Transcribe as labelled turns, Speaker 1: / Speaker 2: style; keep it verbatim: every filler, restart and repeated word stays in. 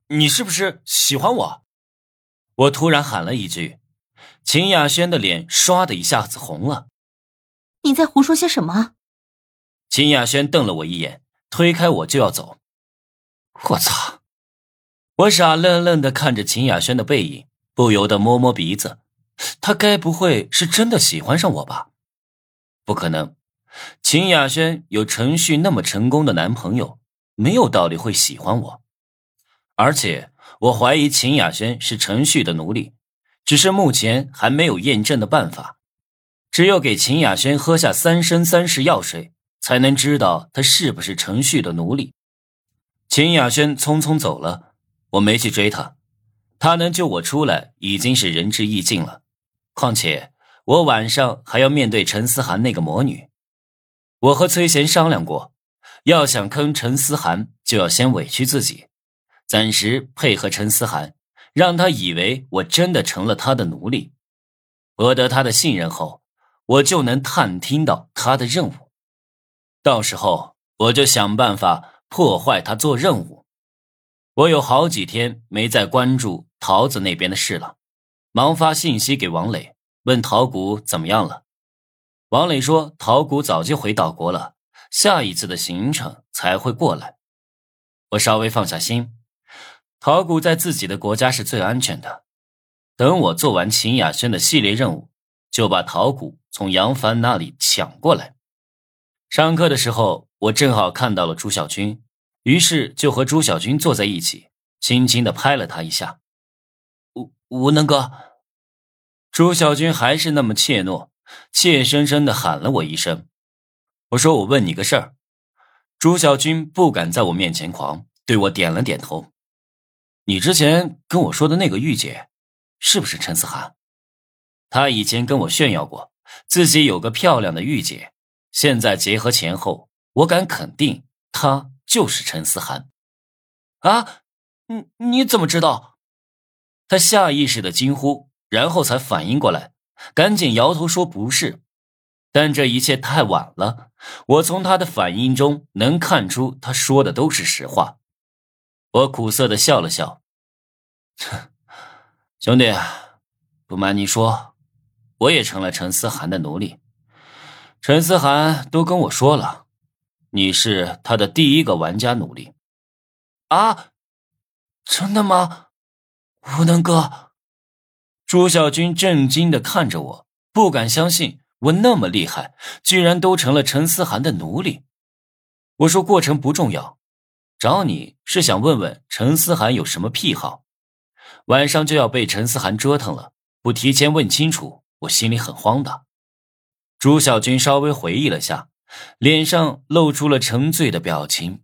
Speaker 1: 你是不是喜欢我？我突然喊了一句，秦雅轩的脸唰的一下子红了。
Speaker 2: 你在胡说些什么？
Speaker 1: 秦雅轩瞪了我一眼，推开我就要走。我操！我傻愣愣地看着秦雅轩的背影，不由得摸摸鼻子。他该不会是真的喜欢上我吧？不可能，秦雅轩有陈旭那么成功的男朋友，没有道理会喜欢我。而且我怀疑秦雅轩是陈旭的奴隶，只是目前还没有验证的办法。只有给秦雅轩喝下三生三世药水，才能知道他是不是陈旭的奴隶。秦雅轩匆匆走了，我没去追他，他能救我出来已经是仁至义尽了。况且我晚上还要面对陈思涵那个魔女。我和崔贤商量过，要想坑陈思涵就要先委屈自己，暂时配合陈思涵，让他以为我真的成了他的奴隶。博得他的信任后，我就能探听到他的任务，到时候我就想办法破坏他做任务。我有好几天没再关注桃子那边的事了，忙发信息给王磊，问陶谷怎么样了。王磊说陶谷早就回岛国了，下一次的行程才会过来。我稍微放下心，陶谷在自己的国家是最安全的。等我做完秦雅轩的系列任务，就把陶谷从杨帆那里抢过来。上课的时候，我正好看到了朱小军，于是就和朱小军坐在一起，轻轻地拍了他一下。吴吴能哥。朱小军还是那么怯懦，怯生生地喊了我一声。我说我问你个事儿。朱小军不敢在我面前狂，对我点了点头。你之前跟我说的那个御姐，是不是陈思涵？他以前跟我炫耀过，自己有个漂亮的御姐，现在结合前后，我敢肯定她就是陈思涵。啊，你你怎么知道？他下意识的惊呼，然后才反应过来，赶紧摇头说不是。但这一切太晚了，我从他的反应中能看出他说的都是实话。我苦涩的笑了笑。兄弟，不瞒你说，我也成了陈思涵的奴隶。陈思涵都跟我说了，你是他的第一个玩家奴隶。啊，真的吗？吴能哥。朱小军震惊地看着我，不敢相信我那么厉害，居然都成了陈思涵的奴隶。我说过程不重要，找你是想问问陈思涵有什么癖好。晚上就要被陈思涵折腾了，不提前问清楚，我心里很慌的。朱小军稍微回忆了下，脸上露出了沉醉的表情。